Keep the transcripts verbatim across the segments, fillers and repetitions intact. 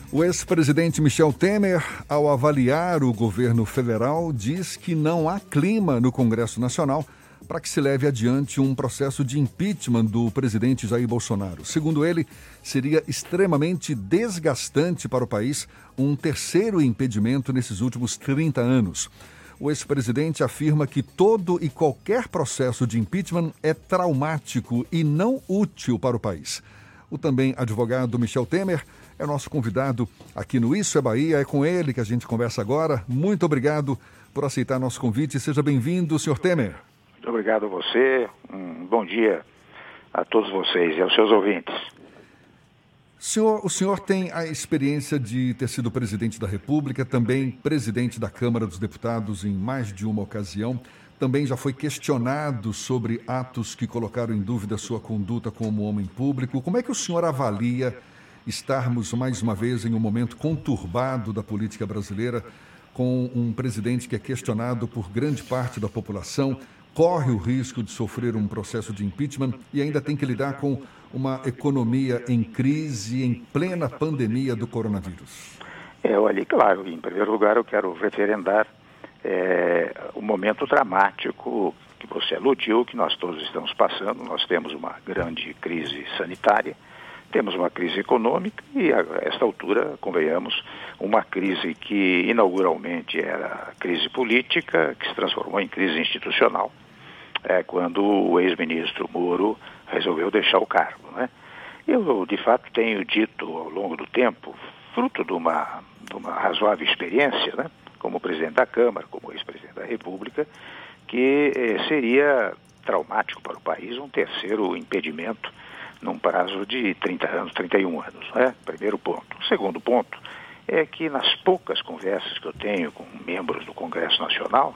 O ex-presidente Michel Temer, ao avaliar o governo federal, diz que não há clima no Congresso Nacional para que se leve adiante um processo de impeachment do presidente Jair Bolsonaro. Segundo ele, seria extremamente desgastante para o país um terceiro impedimento nesses últimos trinta anos. O ex-presidente afirma que todo e qualquer processo de impeachment é traumático e não útil para o país. O também advogado Michel Temer é nosso convidado aqui no Isso é Bahia. É com ele que a gente conversa agora. Muito obrigado por aceitar nosso convite. Seja bem-vindo, senhor Temer. Muito obrigado a você. Um bom dia a todos vocês e aos seus ouvintes. Senhor, o senhor tem a experiência de ter sido presidente da República, também presidente da Câmara dos Deputados em mais de uma ocasião. Também já foi questionado sobre atos que colocaram em dúvida sua conduta como homem público. Como é que o senhor avalia estarmos mais uma vez em um momento conturbado da política brasileira, com um presidente que é questionado por grande parte da população, corre o risco de sofrer um processo de impeachment e ainda tem que lidar com uma economia em crise, em plena pandemia do coronavírus? É, olha, claro, em primeiro lugar eu quero referendar é, o momento dramático que você aludiu, que nós todos estamos passando. Nós temos uma grande crise sanitária, temos uma crise econômica e, a esta altura, convenhamos, uma crise que inauguralmente era crise política, que se transformou em crise institucional, é, quando o ex-ministro Moro resolveu deixar o cargo, né? Eu, de fato, tenho dito ao longo do tempo, fruto de uma, de uma razoável experiência, né, como presidente da Câmara, como ex-presidente da República, que eh, seria traumático para o país um terceiro impedimento num prazo de trinta anos, trinta e um anos, né? Primeiro ponto. O segundo ponto é que nas poucas conversas que eu tenho com membros do Congresso Nacional,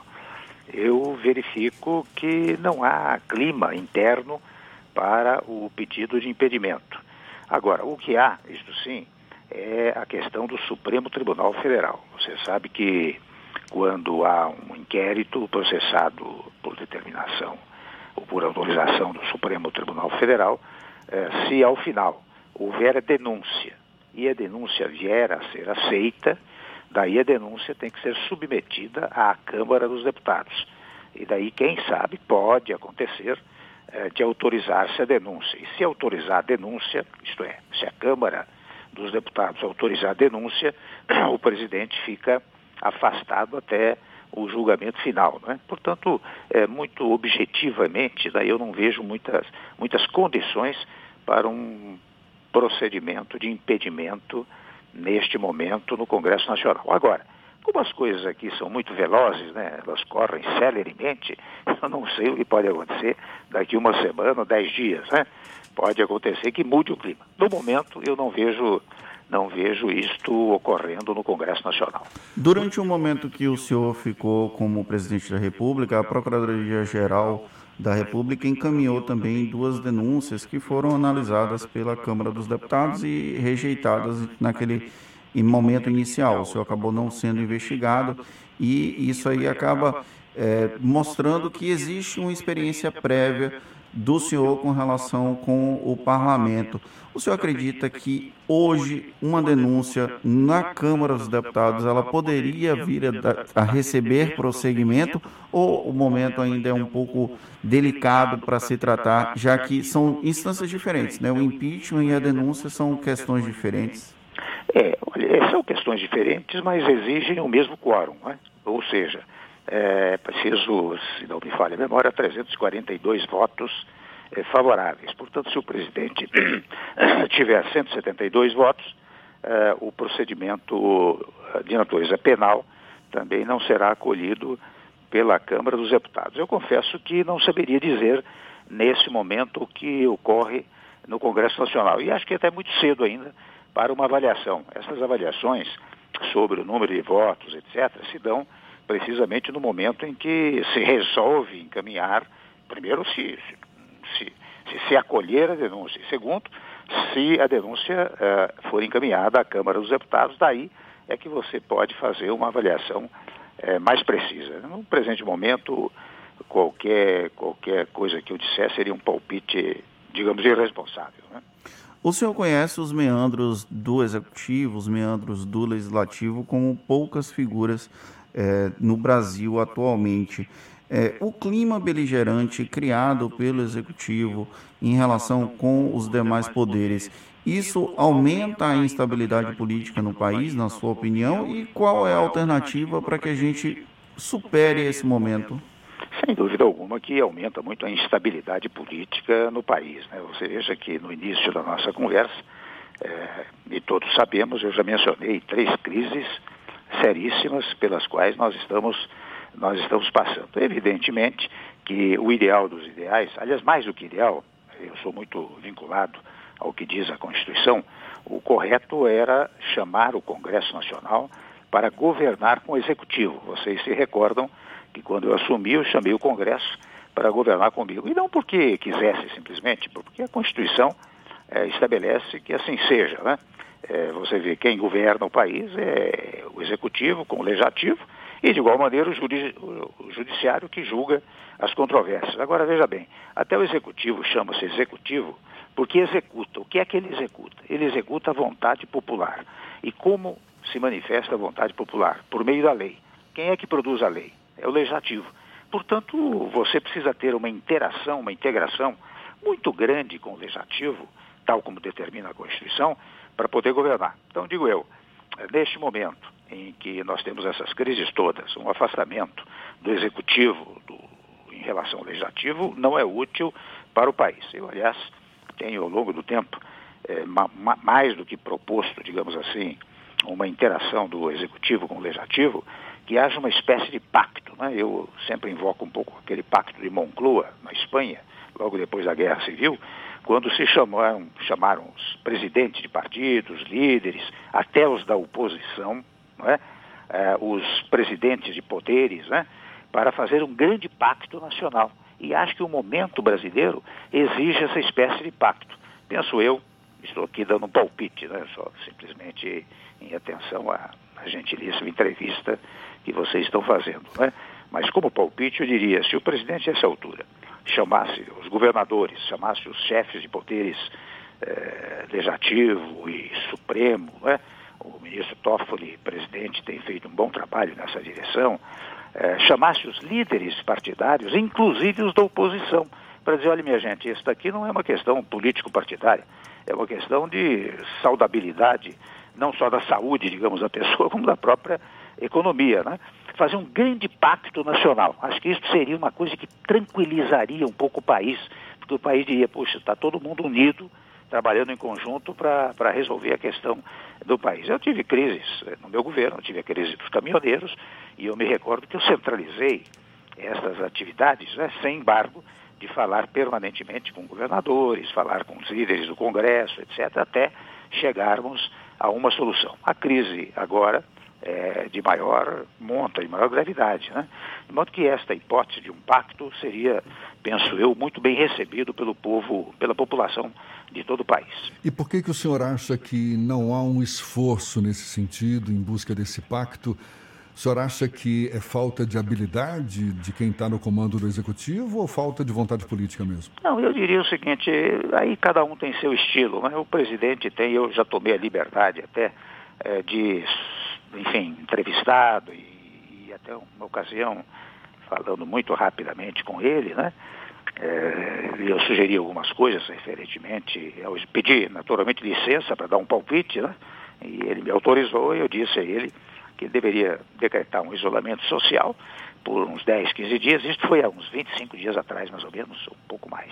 eu verifico que não há clima interno para o pedido de impedimento. Agora, o que há, isto sim, é a questão do Supremo Tribunal Federal. Você sabe que quando há um inquérito processado por determinação ou por autorização do Supremo Tribunal Federal, eh, se ao final houver a denúncia e a denúncia vier a ser aceita, daí a denúncia tem que ser submetida à Câmara dos Deputados. E daí, quem sabe, pode acontecer eh, de autorizar-se a denúncia. E se autorizar a denúncia, isto é, se a Câmara dos Deputados autorizar a denúncia, o presidente fica afastado até o julgamento final, não é? Portanto, é, muito objetivamente, daí eu não vejo muitas, muitas condições para um procedimento de impedimento neste momento no Congresso Nacional. Agora, como as coisas aqui são muito velozes, né, elas correm celeremente, eu não sei o que pode acontecer daqui uma semana, dez dias, né? Pode acontecer que mude o clima. No momento, eu não vejo, não vejo isto ocorrendo no Congresso Nacional. Durante o momento que o senhor ficou como presidente da República, a Procuradoria-Geral da República encaminhou também duas denúncias que foram analisadas pela Câmara dos Deputados e rejeitadas naquele momento inicial. O senhor acabou não sendo investigado e isso aí acaba é, mostrando que existe uma experiência prévia do senhor com relação com o parlamento. O senhor acredita que hoje uma denúncia na Câmara dos Deputados ela poderia vir a, a receber prosseguimento ou o momento ainda é um pouco delicado para se tratar, já que são instâncias diferentes, né? O impeachment e a denúncia são questões diferentes. É, olha, são questões diferentes, mas exigem o mesmo quórum, né? Ou seja, é preciso, se não me falha a memória, trezentos e quarenta e dois votos é, favoráveis. Portanto, se o presidente tiver cento e setenta e dois votos, é, o procedimento de natureza penal também não será acolhido pela Câmara dos Deputados. Eu confesso que não saberia dizer, nesse momento, o que ocorre no Congresso Nacional. E acho que é até muito cedo ainda para uma avaliação. Essas avaliações sobre o número de votos, etcétera, se dão precisamente no momento em que se resolve encaminhar, primeiro, se se, se, se acolher a denúncia, e segundo, se a denúncia uh, for encaminhada à Câmara dos Deputados, daí é que você pode fazer uma avaliação uh, mais precisa. No presente momento, qualquer, qualquer coisa que eu disser seria um palpite, digamos, irresponsável, né? O senhor conhece os meandros do Executivo, os meandros do Legislativo, como poucas figuras é, no Brasil atualmente. É, o clima beligerante criado pelo Executivo em relação com os demais poderes, isso aumenta a instabilidade política no país, na sua opinião? E qual é a alternativa para que a gente supere esse momento? Sem dúvida alguma que aumenta muito a instabilidade política no país, né? Você veja que no início da nossa conversa, é, e todos sabemos, eu já mencionei três crises seríssimas pelas quais nós estamos, nós estamos passando. Evidentemente que o ideal dos ideais, aliás, mais do que ideal, eu sou muito vinculado ao que diz a Constituição, o correto era chamar o Congresso Nacional para governar com o Executivo. Vocês se recordam que quando eu assumi, eu chamei o Congresso para governar comigo. E não porque quisesse simplesmente, porque a Constituição é, estabelece que assim seja, né? É, você vê quem governa o país é o Executivo com o Legislativo e, de igual maneira, o, judi- o Judiciário que julga as controvérsias. Agora, veja bem, até o Executivo chama-se Executivo porque executa. O que é que ele executa? Ele executa a vontade popular. E como se manifesta a vontade popular? Por meio da lei. Quem é que produz a lei? É o Legislativo. Portanto, você precisa ter uma interação, uma integração muito grande com o Legislativo, tal como determina a Constituição, para poder governar. Então, digo eu, neste momento em que nós temos essas crises todas, um afastamento do Executivo do, em relação ao Legislativo não é útil para o país. Eu, aliás, tenho ao longo do tempo, é, ma, ma, mais do que proposto, digamos assim, uma interação do Executivo com o Legislativo, que haja uma espécie de pacto, né? Eu sempre invoco um pouco aquele pacto de Moncloa, na Espanha, logo depois da Guerra Civil, quando se chamaram, chamaram os presidentes de partidos, líderes, até os da oposição, não é? Eh, os presidentes de poderes, né? Para fazer um grande pacto nacional. E acho que o momento brasileiro exige essa espécie de pacto. Penso eu, estou aqui dando um palpite, né? Só simplesmente em atenção à, à gentilíssima entrevista que vocês estão fazendo, né? Mas como palpite eu diria, se o presidente a essa altura chamasse os governadores, chamasse os chefes de poderes eh, legislativo e supremo, né? O ministro Toffoli, presidente, tem feito um bom trabalho nessa direção, eh, chamasse os líderes partidários, inclusive os da oposição, para dizer, olha minha gente, isso daqui não é uma questão político-partidária, é uma questão de saudabilidade, não só da saúde, digamos, da pessoa, como da própria economia, né? Fazer um grande pacto nacional. Acho que isso seria uma coisa que tranquilizaria um pouco o país, porque o país diria, puxa, está todo mundo unido, trabalhando em conjunto para resolver a questão do país. Eu tive crises no meu governo, eu tive a crise dos caminhoneiros, e eu me recordo que eu centralizei essas atividades, né, sem embargo, de falar permanentemente com governadores, falar com os líderes do Congresso, etcétera, até chegarmos a uma solução. A crise agora é de maior monta, de maior gravidade, né? De modo que esta hipótese de um pacto seria, penso eu, muito bem recebido pelo povo, pela população de todo o país. E por que que o senhor acha que não há um esforço nesse sentido, em busca desse pacto? O senhor acha que é falta de habilidade de quem está no comando do Executivo ou falta de vontade política mesmo? Não, eu diria o seguinte, aí cada um tem seu estilo, né? O presidente tem, eu já tomei a liberdade até é, de, enfim, entrevistado e, e até uma ocasião, falando muito rapidamente com ele, né? É, eu sugeri algumas coisas referentemente, eu pedi naturalmente licença para dar um palpite, né? E ele me autorizou e eu disse a ele que ele deveria decretar um isolamento social por uns dez, quinze dias, isso foi há uns vinte e cinco dias atrás, mais ou menos, um pouco mais,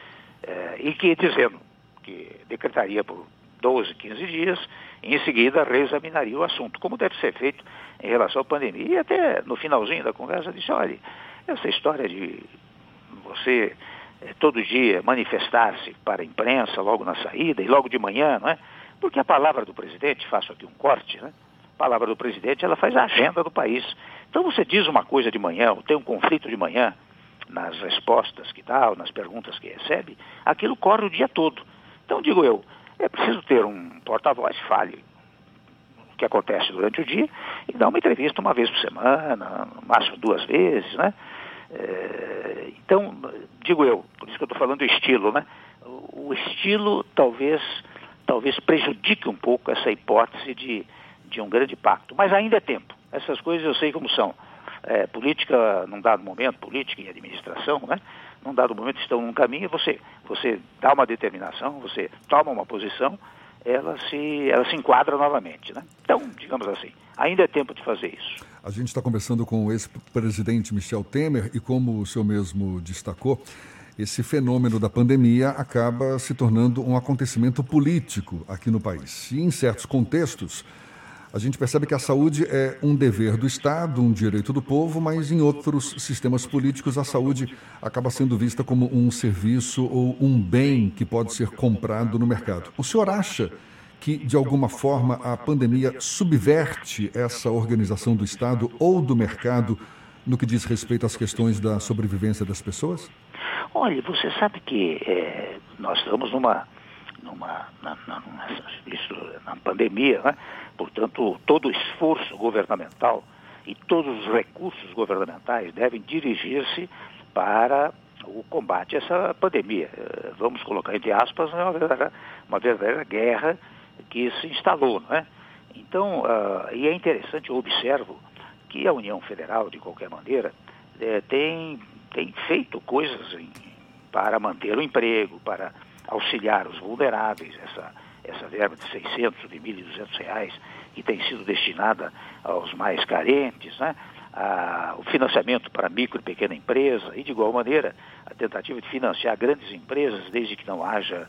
é, e que dizendo que decretaria por doze, quinze dias, e em seguida reexaminaria o assunto, como deve ser feito em relação à pandemia. E até no finalzinho da conversa disse, olha, essa história de você é, todo dia manifestar-se para a imprensa logo na saída e logo de manhã, não é? Porque a palavra do presidente, faço aqui um corte, né? A palavra do presidente, ela faz a agenda do país. Então você diz uma coisa de manhã, ou tem um conflito de manhã, nas respostas que dá, ou nas perguntas que recebe, aquilo corre o dia todo. Então digo eu, é preciso ter um porta-voz, fale o que acontece durante o dia, e dar uma entrevista uma vez por semana, no máximo duas vezes, né? É, então, digo eu, por isso que eu estou falando do estilo, né? O, o estilo talvez talvez prejudique um pouco essa hipótese de, de um grande pacto. Mas ainda é tempo. Essas coisas eu sei como são. É, política, num dado momento, política e administração, né? Num dado momento estão num caminho, você, você dá uma determinação, você toma uma posição, ela se, ela se enquadra novamente, né? Então, digamos assim, ainda é tempo de fazer isso. A gente está conversando com o ex-presidente Michel Temer e, como o senhor mesmo destacou, esse fenômeno da pandemia acaba se tornando um acontecimento político aqui no país. E, em certos contextos, a gente percebe que a saúde é um dever do Estado, um direito do povo, mas em outros sistemas políticos a saúde acaba sendo vista como um serviço ou um bem que pode ser comprado no mercado. O senhor acha que, de alguma forma, a pandemia subverte essa organização do Estado ou do mercado no que diz respeito às questões da sobrevivência das pessoas? Olha, você sabe que é, nós estamos numa, numa na, na, isso, na pandemia, né? Portanto, todo o esforço governamental e todos os recursos governamentais devem dirigir-se para o combate a essa pandemia. Vamos colocar entre aspas, uma verdadeira, uma verdadeira guerra que se instalou, não é? Então, uh, e é interessante, eu observo que a União Federal, de qualquer maneira, é, tem, tem feito coisas em, para manter o emprego, para auxiliar os vulneráveis, essa, essa verba de seiscentos, de mil e duzentos reais, que tem sido destinada aos mais carentes, né? Ah, o financiamento para micro e pequena empresa e, de igual maneira, a tentativa de financiar grandes empresas desde que não haja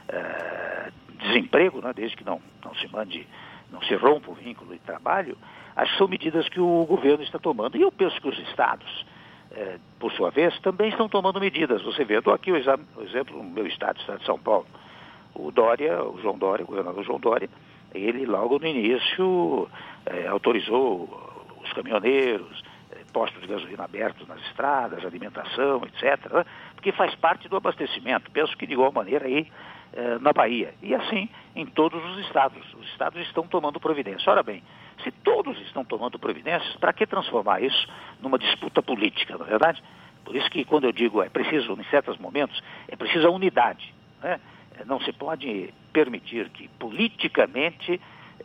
uh, desemprego, né? Desde que não, não se mande, não se rompa o vínculo de trabalho. Acho que são medidas que o governo está tomando. E eu penso que os estados, eh, por sua vez, também estão tomando medidas. Você vê, eu dou aqui o, exame, o exemplo no meu estado, o estado de São Paulo. O Dória, o João Dória, o governador João Dória, ele logo no início eh, autorizou os caminhoneiros, eh, postos de gasolina abertos nas estradas, alimentação, etcétera, né? Porque faz parte do abastecimento. Penso que de igual maneira aí eh, na Bahia. E assim em todos os estados. Os estados estão tomando providência. Ora bem, se todos estão tomando providências, para que transformar isso numa disputa política, não é verdade? Por isso que quando eu digo é preciso, em certos momentos, é preciso a unidade, né? Não se pode permitir que politicamente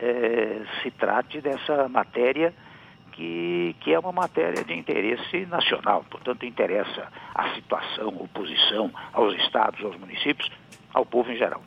eh, se trate dessa matéria que, que é uma matéria de interesse nacional. Portanto, interessa à situação, à oposição, aos estados, aos municípios, ao povo em geral.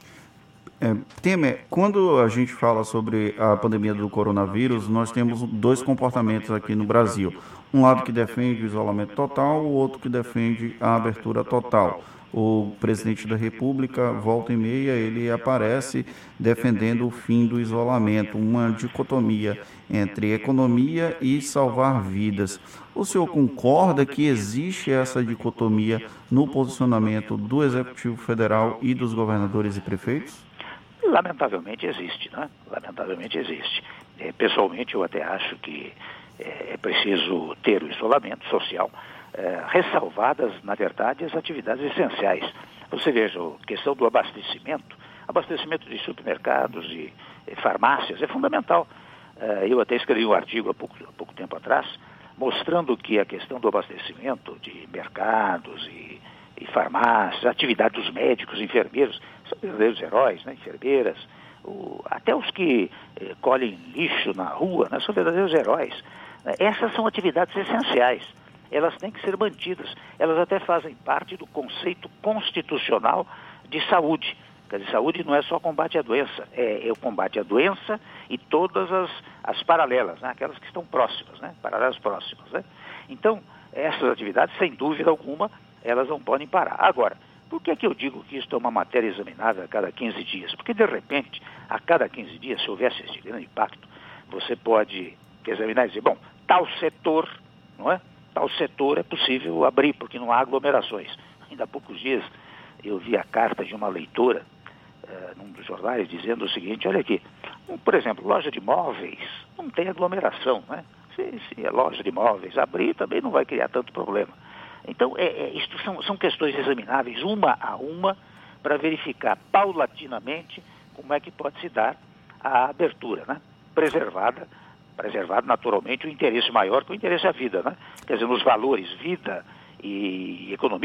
É, Temer, quando a gente fala sobre a pandemia do coronavírus, nós temos dois comportamentos aqui no Brasil. Um lado que defende o isolamento total, o outro que defende a abertura total. O presidente da República, volta e meia, ele aparece defendendo o fim do isolamento, uma dicotomia entre economia e salvar vidas. O senhor concorda que existe essa dicotomia no posicionamento do Executivo Federal e dos governadores e prefeitos? Lamentavelmente existe, né? Lamentavelmente existe. É, pessoalmente, eu até acho que é, é preciso ter o isolamento social, é, ressalvadas, na verdade, as atividades essenciais. Você veja, a questão do abastecimento, abastecimento de supermercados e, e farmácias é fundamental. É, eu até escrevi um artigo há pouco, há pouco tempo atrás, mostrando que a questão do abastecimento de mercados e, e farmácias, a atividade dos médicos, enfermeiros, são verdadeiros heróis, né? Enfermeiras, o, até os que eh, colhem lixo na rua, né? São verdadeiros heróis. Essas são atividades essenciais. Elas têm que ser mantidas. Elas até fazem parte do conceito constitucional de saúde. Quer dizer, saúde não é só combate à doença, é, é o combate à doença e todas as, as paralelas, né? Aquelas que estão próximas, né? Paralelas próximas, né? Então, essas atividades, sem dúvida alguma, elas não podem parar. Agora, por que é que eu digo que isso é uma matéria examinável a cada quinze dias? Porque, de repente, a cada quinze dias, se houvesse esse grande impacto, você pode examinar e dizer, bom, tal setor, não é? Tal setor é possível abrir, porque não há aglomerações. Ainda há poucos dias eu vi a carta de uma leitora uh, num dos jornais dizendo o seguinte, olha aqui, um, por exemplo, loja de móveis não tem aglomeração, né? Se, se é loja de móveis abrir, também não vai criar tanto problema. Então, é, é, isto são, são questões examináveis uma a uma para verificar paulatinamente como é que pode se dar a abertura, né? Preservada, preservado naturalmente o interesse maior que o interesse à vida, né? Quer dizer, nos valores vida e economia,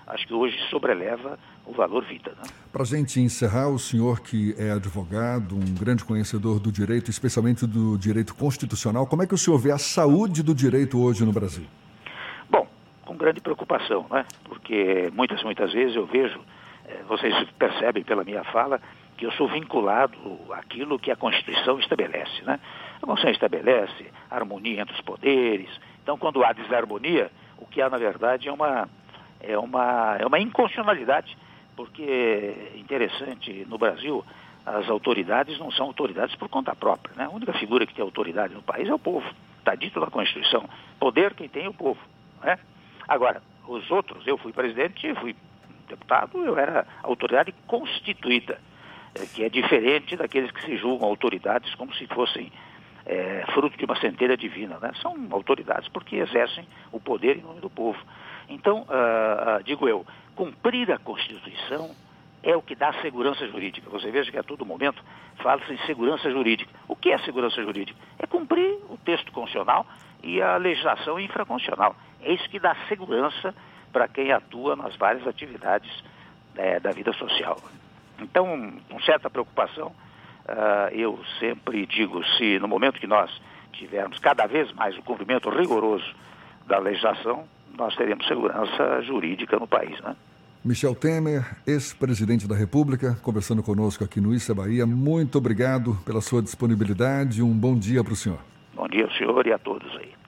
acho que hoje sobreleva o valor vida. Né? Para a gente encerrar, o senhor que é advogado, um grande conhecedor do direito, especialmente do direito constitucional, como é que o senhor vê a saúde do direito hoje no Brasil? Bom, com grande preocupação, né? Porque muitas, muitas vezes eu vejo, vocês percebem pela minha fala, que eu sou vinculado àquilo que a Constituição estabelece, né? A Constituição estabelece harmonia entre os poderes. Então, quando há desarmonia, o que há, na verdade, é uma, é uma, é uma inconstitucionalidade, porque é interessante, no Brasil, as autoridades não são autoridades por conta própria, né? A única figura que tem autoridade no país é o povo. Está dito na Constituição. Poder quem tem é o povo, né? Agora, os outros, eu fui presidente, fui deputado, eu era autoridade constituída, que é diferente daqueles que se julgam autoridades como se fossem é, fruto de uma centelha divina, né? São autoridades porque exercem o poder em nome do povo. Então, ah, ah, digo eu, cumprir a Constituição é o que dá segurança jurídica. Você veja que a todo momento fala-se em segurança jurídica. O que é segurança jurídica? É cumprir o texto constitucional e a legislação infraconstitucional. É isso que dá segurança para quem atua nas várias atividades é, da vida social. Então, com certa preocupação, uh, eu sempre digo, se no momento que nós tivermos cada vez mais o cumprimento rigoroso da legislação, nós teremos segurança jurídica no país, né? Michel Temer, ex-presidente da República, conversando conosco aqui no Issa Bahia. Muito obrigado pela sua disponibilidade. Um bom dia para o senhor. Bom dia ao senhor e a todos aí.